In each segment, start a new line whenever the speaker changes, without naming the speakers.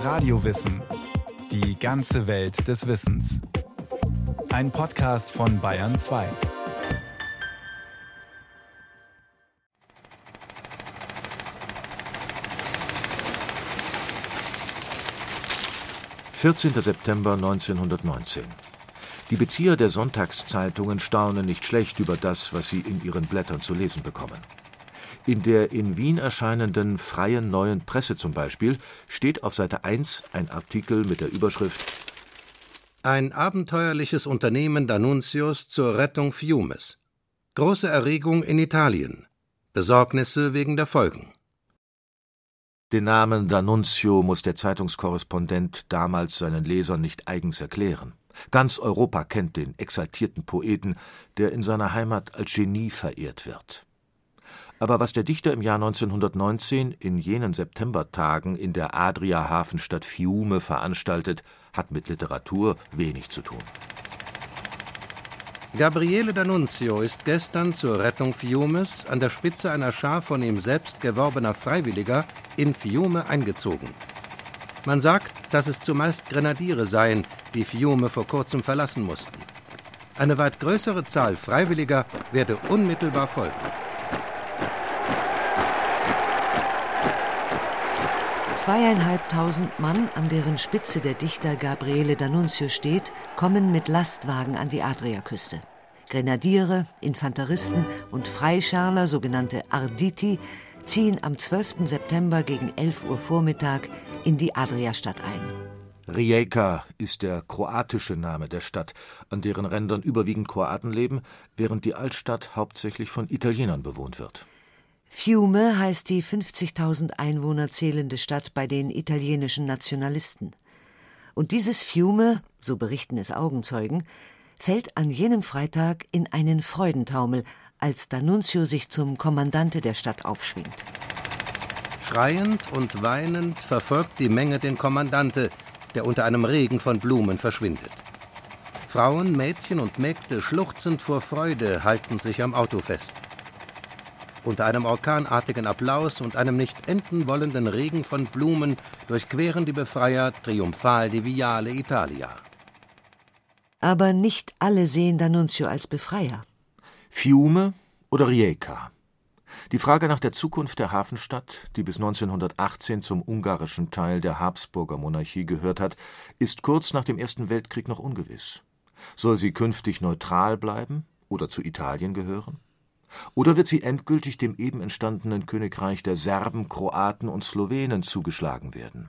Radiowissen. Die ganze Welt des Wissens. Ein Podcast von Bayern 2.
»14. September 1919. Die Bezieher der Sonntagszeitungen staunen nicht schlecht über das, was sie in ihren Blättern zu lesen bekommen. In der in Wien erscheinenden Freien Neuen Presse zum Beispiel steht auf Seite 1 ein Artikel mit der Überschrift »Ein abenteuerliches Unternehmen D'Annunzios zur Rettung Fiumes. Große Erregung in Italien. Besorgnisse wegen der Folgen.« Den Namen D'Annunzio muss der Zeitungskorrespondent damals seinen Lesern nicht eigens erklären. Ganz Europa kennt den exaltierten Poeten, der in seiner Heimat als Genie verehrt wird. Aber was der Dichter im Jahr 1919 in jenen Septembertagen in der Adria-Hafenstadt Fiume veranstaltet, hat mit Literatur wenig zu tun.
Gabriele D'Annunzio ist gestern zur Rettung Fiumes an der Spitze einer Schar von ihm selbst geworbener Freiwilliger in Fiume eingezogen. Man sagt, dass es zumeist Grenadiere seien, die Fiume vor kurzem verlassen mussten. Eine weit größere Zahl Freiwilliger werde unmittelbar folgen.
2.500 Mann, an deren Spitze der Dichter Gabriele D'Annunzio steht, kommen mit Lastwagen an die Adriaküste. Grenadiere, Infanteristen und Freischarler, sogenannte Arditi, ziehen am 12. September gegen 11 Uhr Vormittag in die Adriastadt ein.
Rijeka ist der kroatische Name der Stadt, an deren Rändern überwiegend Kroaten leben, während die Altstadt hauptsächlich von Italienern bewohnt wird.
Fiume heißt die 50.000 Einwohner zählende Stadt bei den italienischen Nationalisten. Und dieses Fiume, so berichten es Augenzeugen, fällt an jenem Freitag in einen Freudentaumel, als D'Annunzio sich zum Kommandante der Stadt aufschwingt.
Schreiend und weinend verfolgt die Menge den Kommandante, der unter einem Regen von Blumen verschwindet. Frauen, Mädchen und Mägde schluchzend vor Freude halten sich am Auto fest. Unter einem orkanartigen Applaus und einem nicht enden wollenden Regen von Blumen durchqueren die Befreier triumphal die Viale Italia.
Aber nicht alle sehen D'Annunzio als Befreier.
Fiume oder Rijeka? Die Frage nach der Zukunft der Hafenstadt, die bis 1918 zum ungarischen Teil der Habsburger Monarchie gehört hat, ist kurz nach dem Ersten Weltkrieg noch ungewiss. Soll sie künftig neutral bleiben oder zu Italien gehören? Oder wird sie endgültig dem eben entstandenen Königreich der Serben, Kroaten und Slowenen zugeschlagen werden?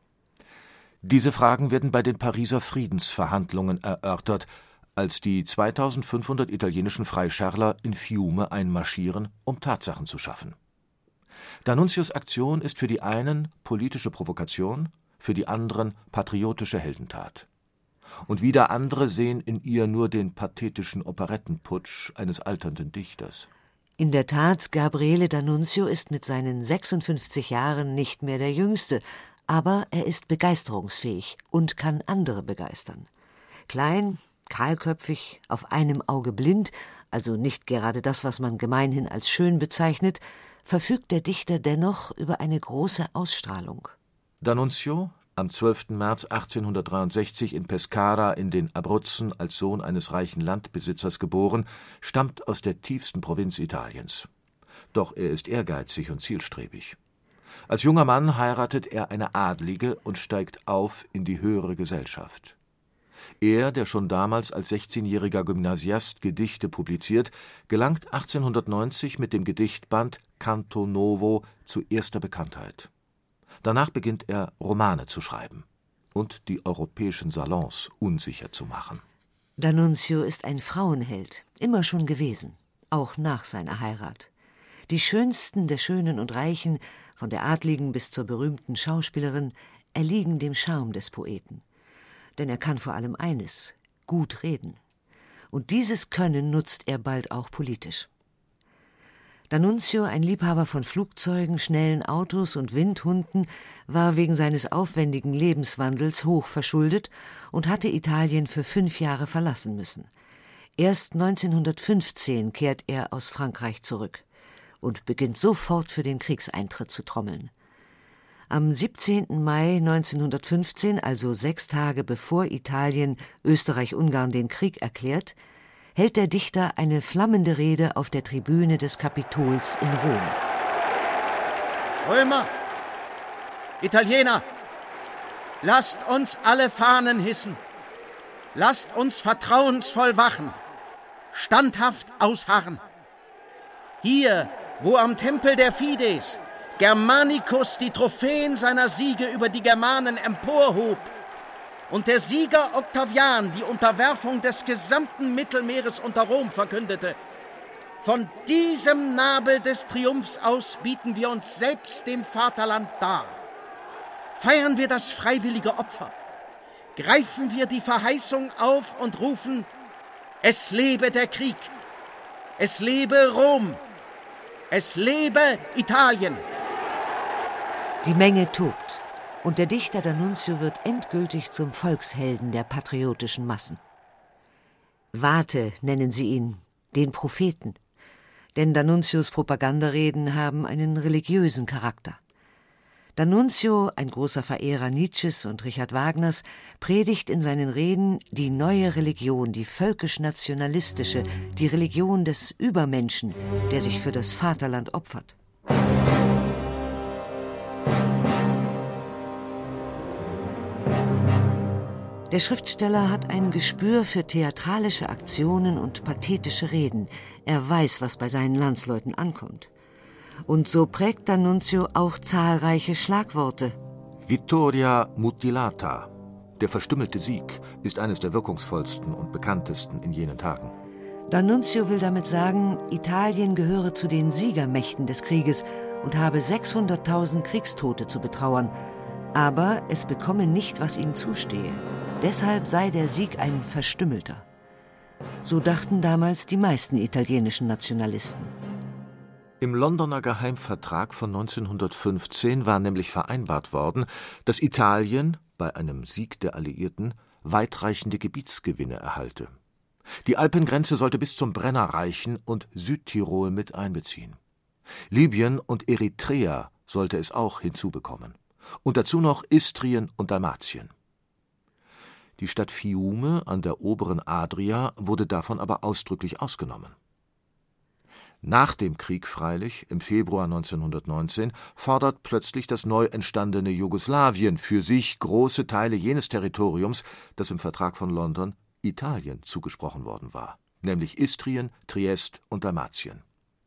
Diese Fragen werden bei den Pariser Friedensverhandlungen erörtert, als die 2500 italienischen Freischärler in Fiume einmarschieren, um Tatsachen zu schaffen. D'Annunzios Aktion ist für die einen politische Provokation, für die anderen patriotische Heldentat. Und wieder andere sehen in ihr nur den pathetischen Operettenputsch eines alternden Dichters.
In der Tat, Gabriele D'Annunzio ist mit seinen 56 Jahren nicht mehr der Jüngste, aber er ist begeisterungsfähig und kann andere begeistern. Klein, kahlköpfig, auf einem Auge blind, also nicht gerade das, was man gemeinhin als schön bezeichnet, verfügt der Dichter dennoch über eine große Ausstrahlung.
D'Annunzio, am 12. März 1863 in Pescara in den Abruzzen als Sohn eines reichen Landbesitzers geboren, stammt aus der tiefsten Provinz Italiens. Doch er ist ehrgeizig und zielstrebig. Als junger Mann heiratet er eine Adlige und steigt auf in die höhere Gesellschaft. Er, der schon damals als 16-jähriger Gymnasiast Gedichte publiziert, gelangt 1890 mit dem Gedichtband Canto Novo zu erster Bekanntheit. Danach beginnt er, Romane zu schreiben und die europäischen Salons unsicher zu machen.
D'Annunzio ist ein Frauenheld, immer schon gewesen, auch nach seiner Heirat. Die schönsten der Schönen und Reichen, von der Adligen bis zur berühmten Schauspielerin, erliegen dem Charme des Poeten. Denn er kann vor allem eines: gut reden. Und dieses Können nutzt er bald auch politisch. D'Annunzio, ein Liebhaber von Flugzeugen, schnellen Autos und Windhunden, war wegen seines aufwendigen Lebenswandels hoch verschuldet und hatte Italien für 5 Jahre verlassen müssen. Erst 1915 kehrt er aus Frankreich zurück und beginnt sofort für den Kriegseintritt zu trommeln. Am 17. Mai 1915, also 6 Tage bevor Italien Österreich-Ungarn den Krieg erklärt, hält der Dichter eine flammende Rede auf der Tribüne des Kapitols in Rom.
Römer, Italiener, lasst uns alle Fahnen hissen. Lasst uns vertrauensvoll wachen, standhaft ausharren. Hier, wo am Tempel der Fides Germanicus die Trophäen seiner Siege über die Germanen emporhob und der Sieger Octavian die Unterwerfung des gesamten Mittelmeeres unter Rom verkündete, von diesem Nabel des Triumphs aus bieten wir uns selbst dem Vaterland dar. Feiern wir das freiwillige Opfer. Greifen wir die Verheißung auf und rufen: Es lebe der Krieg! Es lebe Rom! Es lebe Italien!
Die Menge tobt und der Dichter D'Annunzio wird endgültig zum Volkshelden der patriotischen Massen. Warte nennen sie ihn, den Propheten, denn D'Annunzios Propagandareden haben einen religiösen Charakter. D'Annunzio, ein großer Verehrer Nietzsches und Richard Wagners, predigt in seinen Reden die neue Religion, die völkisch-nationalistische, die Religion des Übermenschen, der sich für das Vaterland opfert. Der Schriftsteller hat ein Gespür für theatralische Aktionen und pathetische Reden. Er weiß, was bei seinen Landsleuten ankommt. Und so prägt D'Annunzio auch zahlreiche Schlagworte.
Vittoria mutilata, der verstümmelte Sieg, ist eines der wirkungsvollsten und bekanntesten in jenen Tagen.
D'Annunzio will damit sagen, Italien gehöre zu den Siegermächten des Krieges und habe 600.000 Kriegstote zu betrauern. Aber es bekomme nicht, was ihm zustehe. Deshalb sei der Sieg ein verstümmelter. So dachten damals die meisten italienischen Nationalisten.
Im Londoner Geheimvertrag von 1915 war nämlich vereinbart worden, dass Italien bei einem Sieg der Alliierten weitreichende Gebietsgewinne erhalte. Die Alpengrenze sollte bis zum Brenner reichen und Südtirol mit einbeziehen. Libyen und Eritrea sollte es auch hinzubekommen. Und dazu noch Istrien und Dalmatien. Die Stadt Fiume an der oberen Adria wurde davon aber ausdrücklich ausgenommen. Nach dem Krieg freilich, im Februar 1919, fordert plötzlich das neu entstandene Jugoslawien für sich große Teile jenes Territoriums, das im Vertrag von London Italien zugesprochen worden war, nämlich Istrien, Triest und Dalmatien.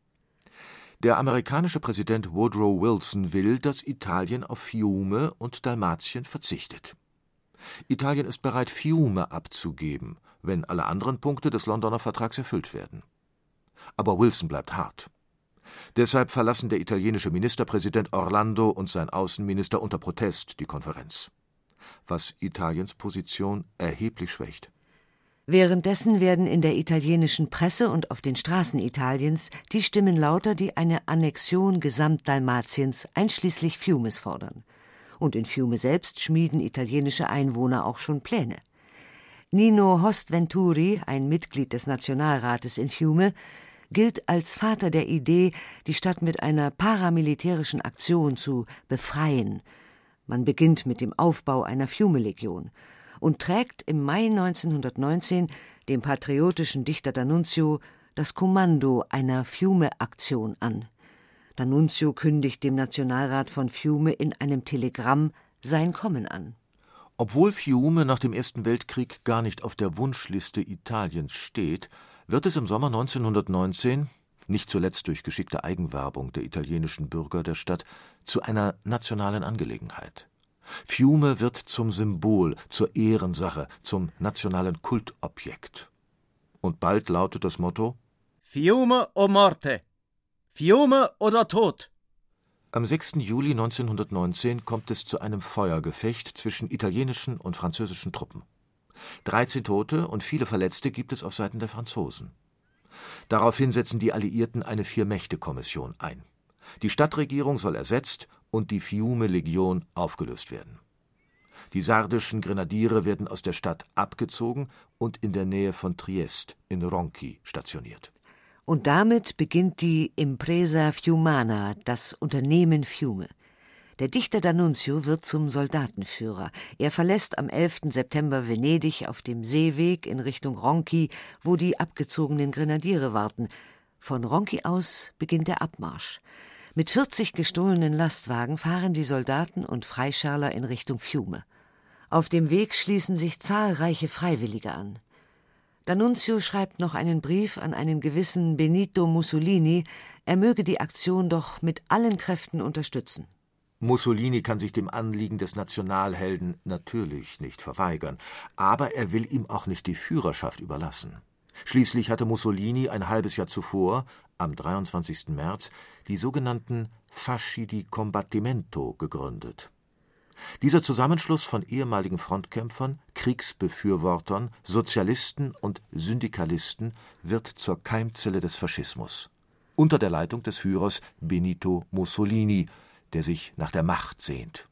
Der amerikanische Präsident Woodrow Wilson will, dass Italien auf Fiume und Dalmatien verzichtet. Italien ist bereit, Fiume abzugeben, wenn alle anderen Punkte des Londoner Vertrags erfüllt werden. Aber Wilson bleibt hart. Deshalb verlassen der italienische Ministerpräsident Orlando und sein Außenminister unter Protest die Konferenz, was Italiens Position erheblich schwächt.
Währenddessen werden in der italienischen Presse und auf den Straßen Italiens die Stimmen lauter, die eine Annexion Gesamtdalmatiens einschließlich Fiumes fordern. Und in Fiume selbst schmieden italienische Einwohner auch schon Pläne. Nino Host-Venturi, ein Mitglied des Nationalrates in Fiume, gilt als Vater der Idee, die Stadt mit einer paramilitärischen Aktion zu befreien. Man beginnt mit dem Aufbau einer Fiume-Legion und trägt im Mai 1919 dem patriotischen Dichter D'Annunzio das Kommando einer Fiume-Aktion an. D'Annunzio kündigt dem Nationalrat von Fiume in einem Telegramm sein Kommen an.
Obwohl Fiume nach dem Ersten Weltkrieg gar nicht auf der Wunschliste Italiens steht, wird es im Sommer 1919, nicht zuletzt durch geschickte Eigenwerbung der italienischen Bürger der Stadt, zu einer nationalen Angelegenheit. Fiume wird zum Symbol, zur Ehrensache, zum nationalen Kultobjekt. Und bald lautet das Motto:
Fiume o morte! Fiume oder Tod!
Am 6. Juli 1919 kommt es zu einem Feuergefecht zwischen italienischen und französischen Truppen. 13 Tote und viele Verletzte gibt es auf Seiten der Franzosen. Daraufhin setzen die Alliierten eine 4-Mächte-Kommission ein. Die Stadtregierung soll ersetzt und die Fiume-Legion aufgelöst werden. Die sardischen Grenadiere werden aus der Stadt abgezogen und in der Nähe von Triest in Ronchi stationiert.
Und damit beginnt die Impresa Fiumana, das Unternehmen Fiume. Der Dichter D'Annunzio wird zum Soldatenführer. Er verlässt am 11. September Venedig auf dem Seeweg in Richtung Ronchi, wo die abgezogenen Grenadiere warten. Von Ronchi aus beginnt der Abmarsch. Mit 40 gestohlenen Lastwagen fahren die Soldaten und Freischärler in Richtung Fiume. Auf dem Weg schließen sich zahlreiche Freiwillige an. D'Annunzio schreibt noch einen Brief an einen gewissen Benito Mussolini, er möge die Aktion doch mit allen Kräften unterstützen.
Mussolini kann sich dem Anliegen des Nationalhelden natürlich nicht verweigern, aber er will ihm auch nicht die Führerschaft überlassen. Schließlich hatte Mussolini ein halbes Jahr zuvor, am 23. März, die sogenannten Fasci di Combattimento gegründet. Dieser Zusammenschluss von ehemaligen Frontkämpfern, Kriegsbefürwortern, Sozialisten und Syndikalisten wird zur Keimzelle des Faschismus. Unter der Leitung des Führers Benito Mussolini, der sich nach der Macht sehnt.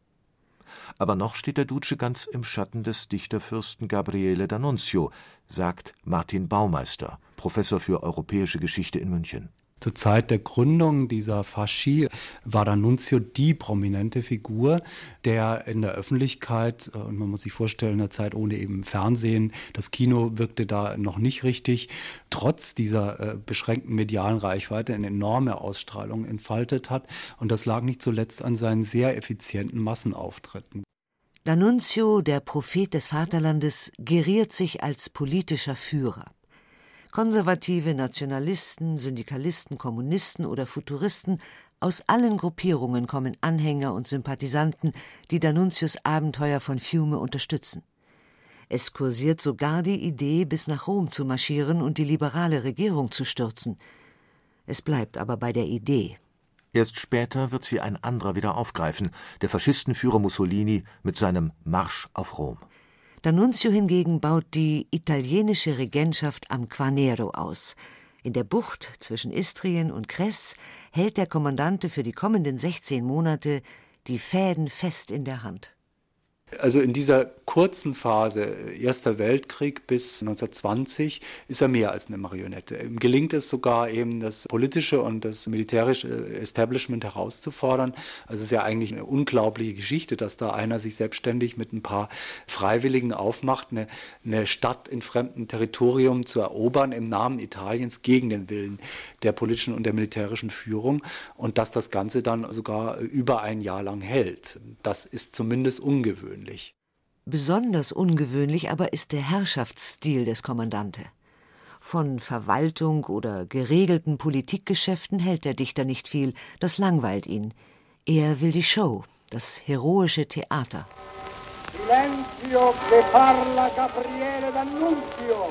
Aber noch steht der Duce ganz im Schatten des Dichterfürsten Gabriele D'Annunzio, sagt Martin Baumeister, Professor für Europäische Geschichte in München.
Zur Zeit der Gründung dieser Fasci war D'Annunzio die prominente Figur, der in der Öffentlichkeit, und man muss sich vorstellen, in der Zeit ohne eben Fernsehen, das Kino wirkte da noch nicht richtig, trotz dieser beschränkten medialen Reichweite eine enorme Ausstrahlung entfaltet hat. Und das lag nicht zuletzt an seinen sehr effizienten Massenauftritten.
D'Annunzio, der Prophet des Vaterlandes, geriert sich als politischer Führer. Konservative, Nationalisten, Syndikalisten, Kommunisten oder Futuristen, aus allen Gruppierungen kommen Anhänger und Sympathisanten, die D'Annunzios Abenteuer von Fiume unterstützen. Es kursiert sogar die Idee, bis nach Rom zu marschieren und die liberale Regierung zu stürzen. Es bleibt aber bei der Idee.
Erst später wird sie ein anderer wieder aufgreifen, der Faschistenführer Mussolini mit seinem Marsch auf Rom.
D'Annunzio hingegen baut die italienische Regentschaft am Quarnero aus. In der Bucht zwischen Istrien und Cress hält der Kommandante für die kommenden 16 Monate die Fäden fest in der Hand.
Also in dieser kurzen Phase, Erster Weltkrieg bis 1920, ist er mehr als eine Marionette. Ihm gelingt es sogar eben, das politische und das militärische Establishment herauszufordern. Also es ist ja eigentlich eine unglaubliche Geschichte, dass da einer sich selbstständig mit ein paar Freiwilligen aufmacht, eine Stadt in fremdem Territorium zu erobern im Namen Italiens gegen den Willen der politischen und der militärischen Führung und dass das Ganze dann sogar über ein Jahr lang hält. Das ist zumindest ungewöhnlich.
Besonders ungewöhnlich aber ist der Herrschaftsstil des Kommandante. Von Verwaltung oder geregelten Politikgeschäften hält der Dichter nicht viel, das langweilt ihn. Er will die Show, das heroische Theater.
Silenzio, che parla Gabriele D'Annunzio.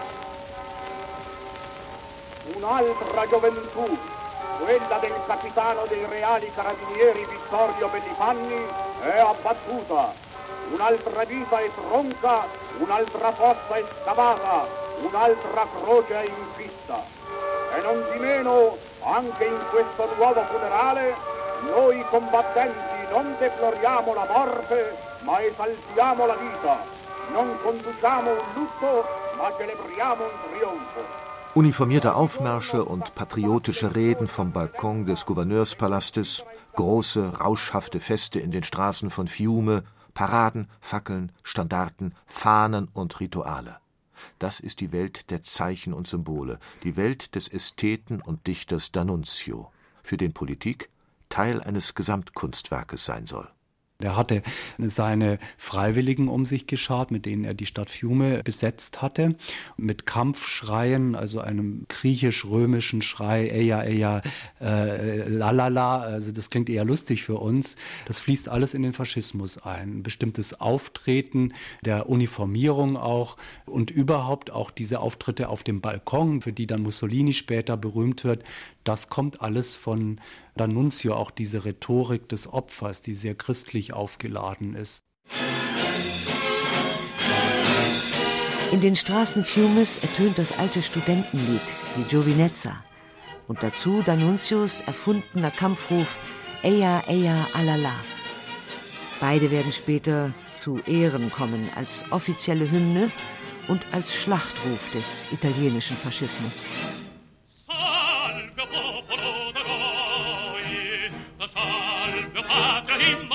Un'altra gioventù, quella del capitano dei reali carabinieri Vittorio Bellifanni, è abbattuta. Un'altra vita è tronca, un'altra fossa è scavata, un'altra croce è infissa. E non di meno, anche in questo nuovo funerale, noi combattenti non deploriamo la morte, ma esaltiamo la vita. Non conduciamo un lutto, ma celebriamo un trionfo.
Uniformierte Aufmärsche und patriotische Reden vom Balkon des Gouverneurspalastes, große, rauschhafte Feste in den Straßen von Fiume, Paraden, Fackeln, Standarten, Fahnen und Rituale. Das ist die Welt der Zeichen und Symbole, die Welt des Ästheten und Dichters D'Annunzio, für den Politik Teil eines Gesamtkunstwerkes sein soll.
Er hatte seine Freiwilligen um sich geschart, mit denen er die Stadt Fiume besetzt hatte, mit Kampfschreien, also einem griechisch-römischen Schrei, eja, eja, lalala, also das klingt eher lustig für uns. Das fließt alles in den Faschismus ein. Ein bestimmtes Auftreten der Uniformierung auch und überhaupt auch diese Auftritte auf dem Balkon, für die dann Mussolini später berühmt wird, das kommt alles von D'Annunzio, auch diese Rhetorik des Opfers, die sehr christlich aufgeladen ist.
In den Straßen Fiumes ertönt das alte Studentenlied, die Giovinezza. Und dazu D'Annunzios erfundener Kampfruf Eja, eja, alala. Beide werden später zu Ehren kommen als offizielle Hymne und als Schlachtruf des italienischen Faschismus.
Salve,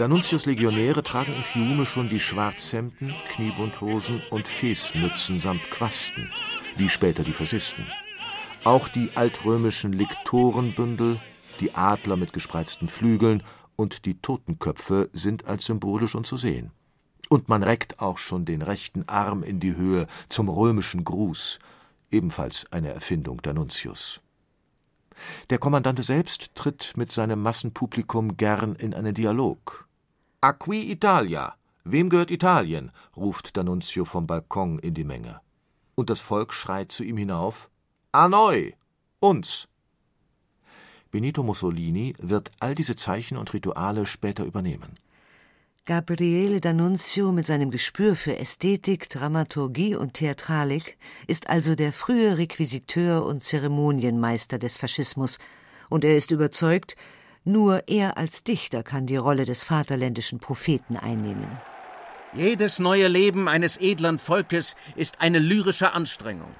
D'Annunzios Legionäre tragen in Fiume schon die Schwarzhemden, Kniebundhosen und Fäßmützen samt Quasten, wie später die Faschisten. Auch die altrömischen Liktorenbündel, die Adler mit gespreizten Flügeln und die Totenköpfe sind als Symbole schon zu sehen. Und man reckt auch schon den rechten Arm in die Höhe zum römischen Gruß, ebenfalls eine Erfindung D'Annunzios. Der Kommandante selbst tritt mit seinem Massenpublikum gern in einen Dialog. »A qui Italia? Wem gehört Italien?« ruft D'Annunzio vom Balkon in die Menge. Und das Volk schreit zu ihm hinauf: »A noi! Uns!« Benito Mussolini wird all diese Zeichen und Rituale später übernehmen.
Gabriele D'Annunzio mit seinem Gespür für Ästhetik, Dramaturgie und Theatralik ist also der frühe Requisiteur und Zeremonienmeister des Faschismus, und er ist überzeugt, nur er als Dichter kann die Rolle des vaterländischen Propheten einnehmen.
Jedes neue Leben eines edlen Volkes ist eine lyrische Anstrengung.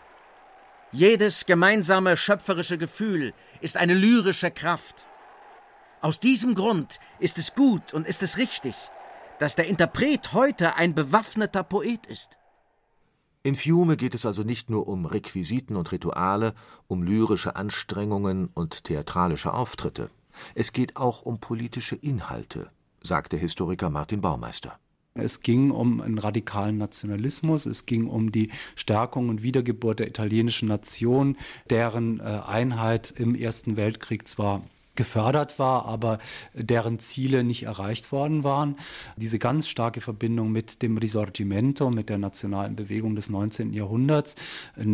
Jedes gemeinsame schöpferische Gefühl ist eine lyrische Kraft. Aus diesem Grund ist es gut und ist es richtig, dass der Interpret heute ein bewaffneter Poet ist.
In Fiume geht es also nicht nur um Requisiten und Rituale, um lyrische Anstrengungen und theatralische Auftritte. Es geht auch um politische Inhalte, sagt der Historiker Martin Baumeister.
Es ging um einen radikalen Nationalismus, es ging um die Stärkung und Wiedergeburt der italienischen Nation, deren Einheit im Ersten Weltkrieg zwar gefördert war, aber deren Ziele nicht erreicht worden waren. Diese ganz starke Verbindung mit dem Risorgimento, mit der nationalen Bewegung des 19. Jahrhunderts, eine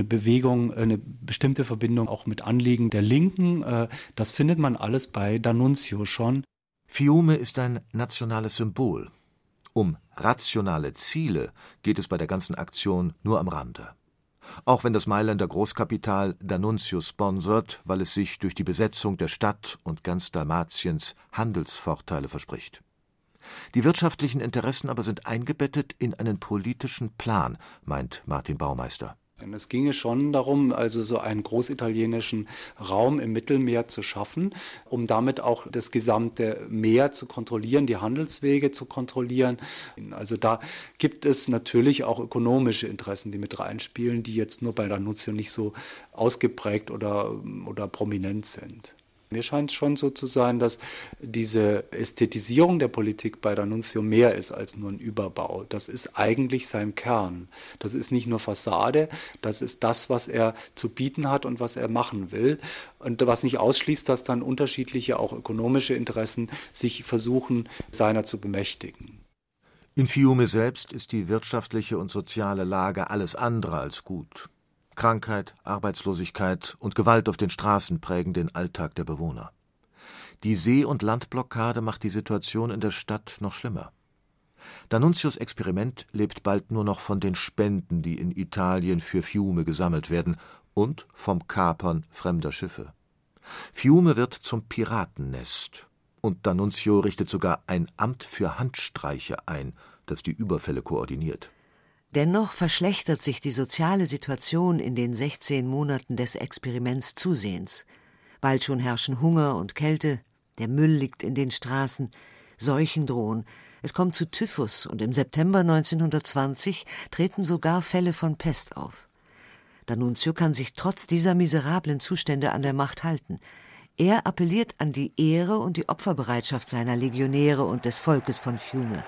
bestimmte Verbindung auch mit Anliegen der Linken, das findet man alles bei D'Annunzio schon.
Fiume ist ein nationales Symbol. Um rationale Ziele geht es bei der ganzen Aktion nur am Rande. Auch wenn das Mailänder Großkapital D'Annunzio sponsert, weil es sich durch die Besetzung der Stadt und ganz Dalmatiens Handelsvorteile verspricht. Die wirtschaftlichen Interessen aber sind eingebettet in einen politischen Plan, meint Martin Baumeister.
Es ginge schon darum, also so einen großitalienischen Raum im Mittelmeer zu schaffen, um damit auch das gesamte Meer zu kontrollieren, die Handelswege zu kontrollieren. Also da gibt es natürlich auch ökonomische Interessen, die mit reinspielen, die jetzt nur bei D'Annunzio nicht so ausgeprägt oder prominent sind. Mir scheint schon so zu sein, dass diese Ästhetisierung der Politik bei D'Annunzio mehr ist als nur ein Überbau. Das ist eigentlich sein Kern. Das ist nicht nur Fassade, das ist das, was er zu bieten hat und was er machen will. Und was nicht ausschließt, dass dann unterschiedliche, auch ökonomische Interessen sich versuchen, seiner zu bemächtigen.
In Fiume selbst ist die wirtschaftliche und soziale Lage alles andere als gut. Krankheit, Arbeitslosigkeit und Gewalt auf den Straßen prägen den Alltag der Bewohner. Die See- und Landblockade macht die Situation in der Stadt noch schlimmer. D'Annunzios Experiment lebt bald nur noch von den Spenden, die in Italien für Fiume gesammelt werden, und vom Kapern fremder Schiffe. Fiume wird zum Piratennest, und D'Annunzio richtet sogar ein Amt für Handstreiche ein, das die Überfälle koordiniert.
Dennoch verschlechtert sich die soziale Situation in den 16 Monaten des Experiments zusehends. Bald schon herrschen Hunger und Kälte, der Müll liegt in den Straßen, Seuchen drohen, es kommt zu Typhus und im September 1920 treten sogar Fälle von Pest auf. D'Annunzio kann sich trotz dieser miserablen Zustände an der Macht halten. Er appelliert an die Ehre und die Opferbereitschaft seiner Legionäre und des Volkes von Fiume.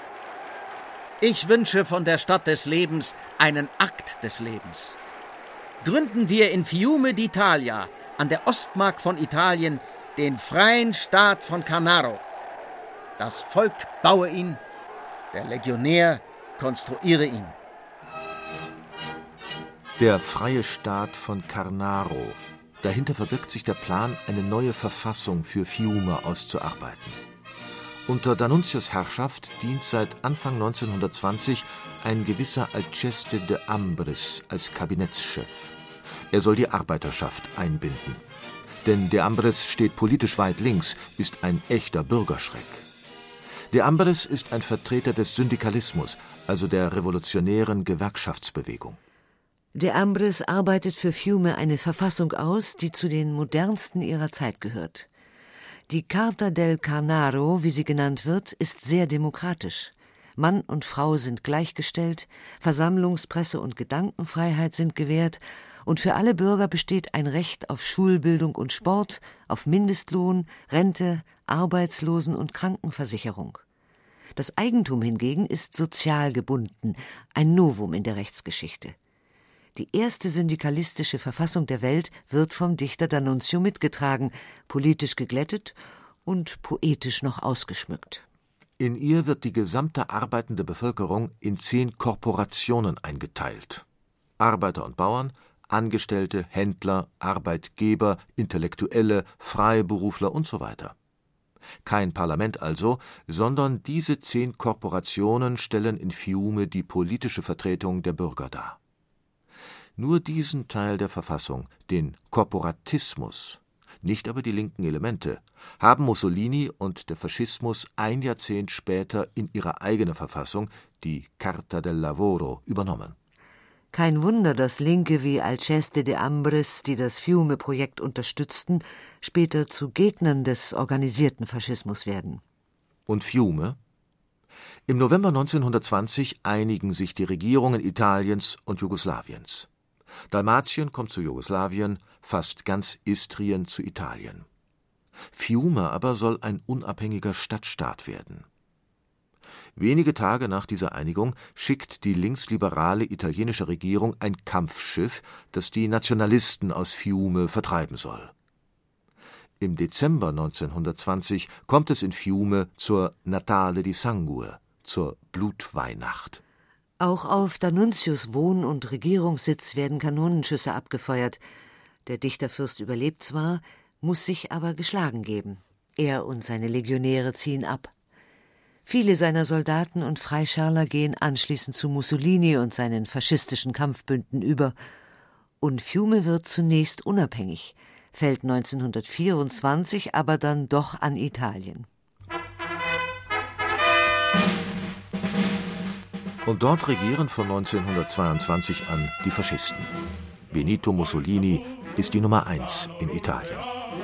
Ich wünsche von der Stadt des Lebens einen Akt des Lebens. Gründen wir in Fiume d'Italia, an der Ostmark von Italien, den freien Staat von Carnaro. Das Volk baue ihn, der Legionär konstruiere ihn.
Der freie Staat von Carnaro. Dahinter verbirgt sich der Plan, eine neue Verfassung für Fiume auszuarbeiten. Unter D'Annunzios Herrschaft dient seit Anfang 1920 ein gewisser Alceste de Ambris als Kabinettschef. Er soll die Arbeiterschaft einbinden. Denn de Ambris steht politisch weit links, ist ein echter Bürgerschreck. De Ambris ist ein Vertreter des Syndikalismus, also der revolutionären Gewerkschaftsbewegung.
De Ambris arbeitet für Fiume eine Verfassung aus, die zu den modernsten ihrer Zeit gehört. Die Carta del Carnaro, wie sie genannt wird, ist sehr demokratisch. Mann und Frau sind gleichgestellt, Versammlungs-, Presse- und Gedankenfreiheit sind gewährt und für alle Bürger besteht ein Recht auf Schulbildung und Sport, auf Mindestlohn, Rente, Arbeitslosen- und Krankenversicherung. Das Eigentum hingegen ist sozial gebunden, ein Novum in der Rechtsgeschichte. Die erste syndikalistische Verfassung der Welt wird vom Dichter D'Annunzio mitgetragen, politisch geglättet und poetisch noch ausgeschmückt.
In ihr wird die gesamte arbeitende Bevölkerung in 10 Korporationen eingeteilt. Arbeiter und Bauern, Angestellte, Händler, Arbeitgeber, Intellektuelle, Freiberufler usw. Kein Parlament also, sondern diese 10 Korporationen stellen in Fiume die politische Vertretung der Bürger dar. Nur diesen Teil der Verfassung, den Korporatismus, nicht aber die linken Elemente, haben Mussolini und der Faschismus ein Jahrzehnt später in ihre eigene Verfassung, die Carta del Lavoro, übernommen.
Kein Wunder, dass Linke wie Alceste de Ambris, die das Fiume-Projekt unterstützten, später zu Gegnern des organisierten Faschismus werden.
Und Fiume? Im November 1920 einigen sich die Regierungen Italiens und Jugoslawiens. Dalmatien kommt zu Jugoslawien, fast ganz Istrien zu Italien. Fiume aber soll ein unabhängiger Stadtstaat werden. Wenige Tage nach dieser Einigung schickt die linksliberale italienische Regierung ein Kampfschiff, das die Nationalisten aus Fiume vertreiben soll. Im Dezember 1920 kommt es in Fiume zur Natale di Sangue, zur Blutweihnacht.
Auch auf D'Annunzios Wohn- und Regierungssitz werden Kanonenschüsse abgefeuert. Der Dichterfürst überlebt zwar, muss sich aber geschlagen geben. Er und seine Legionäre ziehen ab. Viele seiner Soldaten und Freischärler gehen anschließend zu Mussolini und seinen faschistischen Kampfbünden über. Und Fiume wird zunächst unabhängig, fällt 1924 aber dann doch an Italien.
Und dort regieren von 1922 an die Faschisten. Benito Mussolini ist die Nummer 1 in Italien.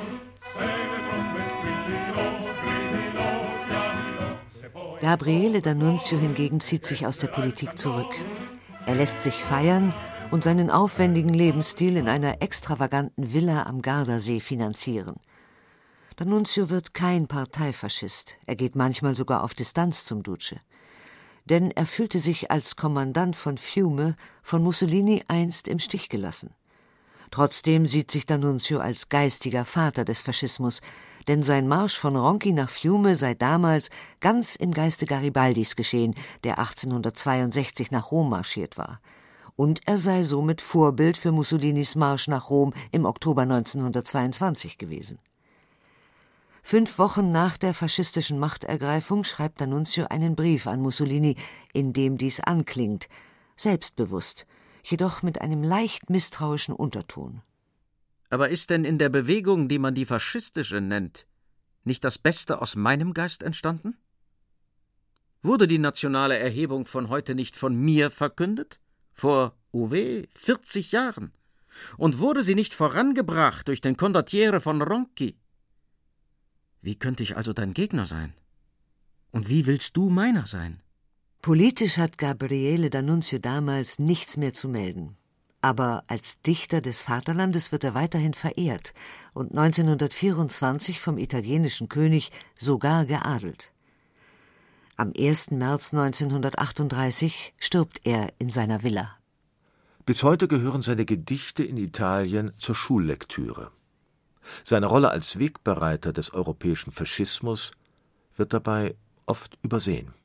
Gabriele D'Annunzio hingegen zieht sich aus der Politik zurück. Er lässt sich feiern und seinen aufwendigen Lebensstil in einer extravaganten Villa am Gardasee finanzieren. D'Annunzio wird kein Parteifaschist, er geht manchmal sogar auf Distanz zum Duce. Denn er fühlte sich als Kommandant von Fiume von Mussolini einst im Stich gelassen. Trotzdem sieht sich D'Annunzio als geistiger Vater des Faschismus, denn sein Marsch von Ronchi nach Fiume sei damals ganz im Geiste Garibaldis geschehen, der 1862 nach Rom marschiert war. Und er sei somit Vorbild für Mussolinis Marsch nach Rom im Oktober 1922 gewesen. 5 Wochen nach der faschistischen Machtergreifung schreibt D'Annunzio einen Brief an Mussolini, in dem dies anklingt, selbstbewusst, jedoch mit einem leicht misstrauischen Unterton.
Aber ist denn in der Bewegung, die man die faschistische nennt, nicht das Beste aus meinem Geist entstanden? Wurde die nationale Erhebung von heute nicht von mir verkündet? Vor, 40 Jahren? Und wurde sie nicht vorangebracht durch den Condottiere von Ronchi? Wie könnte ich also dein Gegner sein? Und wie willst du meiner sein?
Politisch hat Gabriele D'Annunzio damals nichts mehr zu melden. Aber als Dichter des Vaterlandes wird er weiterhin verehrt und 1924 vom italienischen König sogar geadelt. Am 1. März 1938 stirbt er in seiner Villa.
Bis heute gehören seine Gedichte in Italien zur Schullektüre. Seine Rolle als Wegbereiter des europäischen Faschismus wird dabei oft übersehen.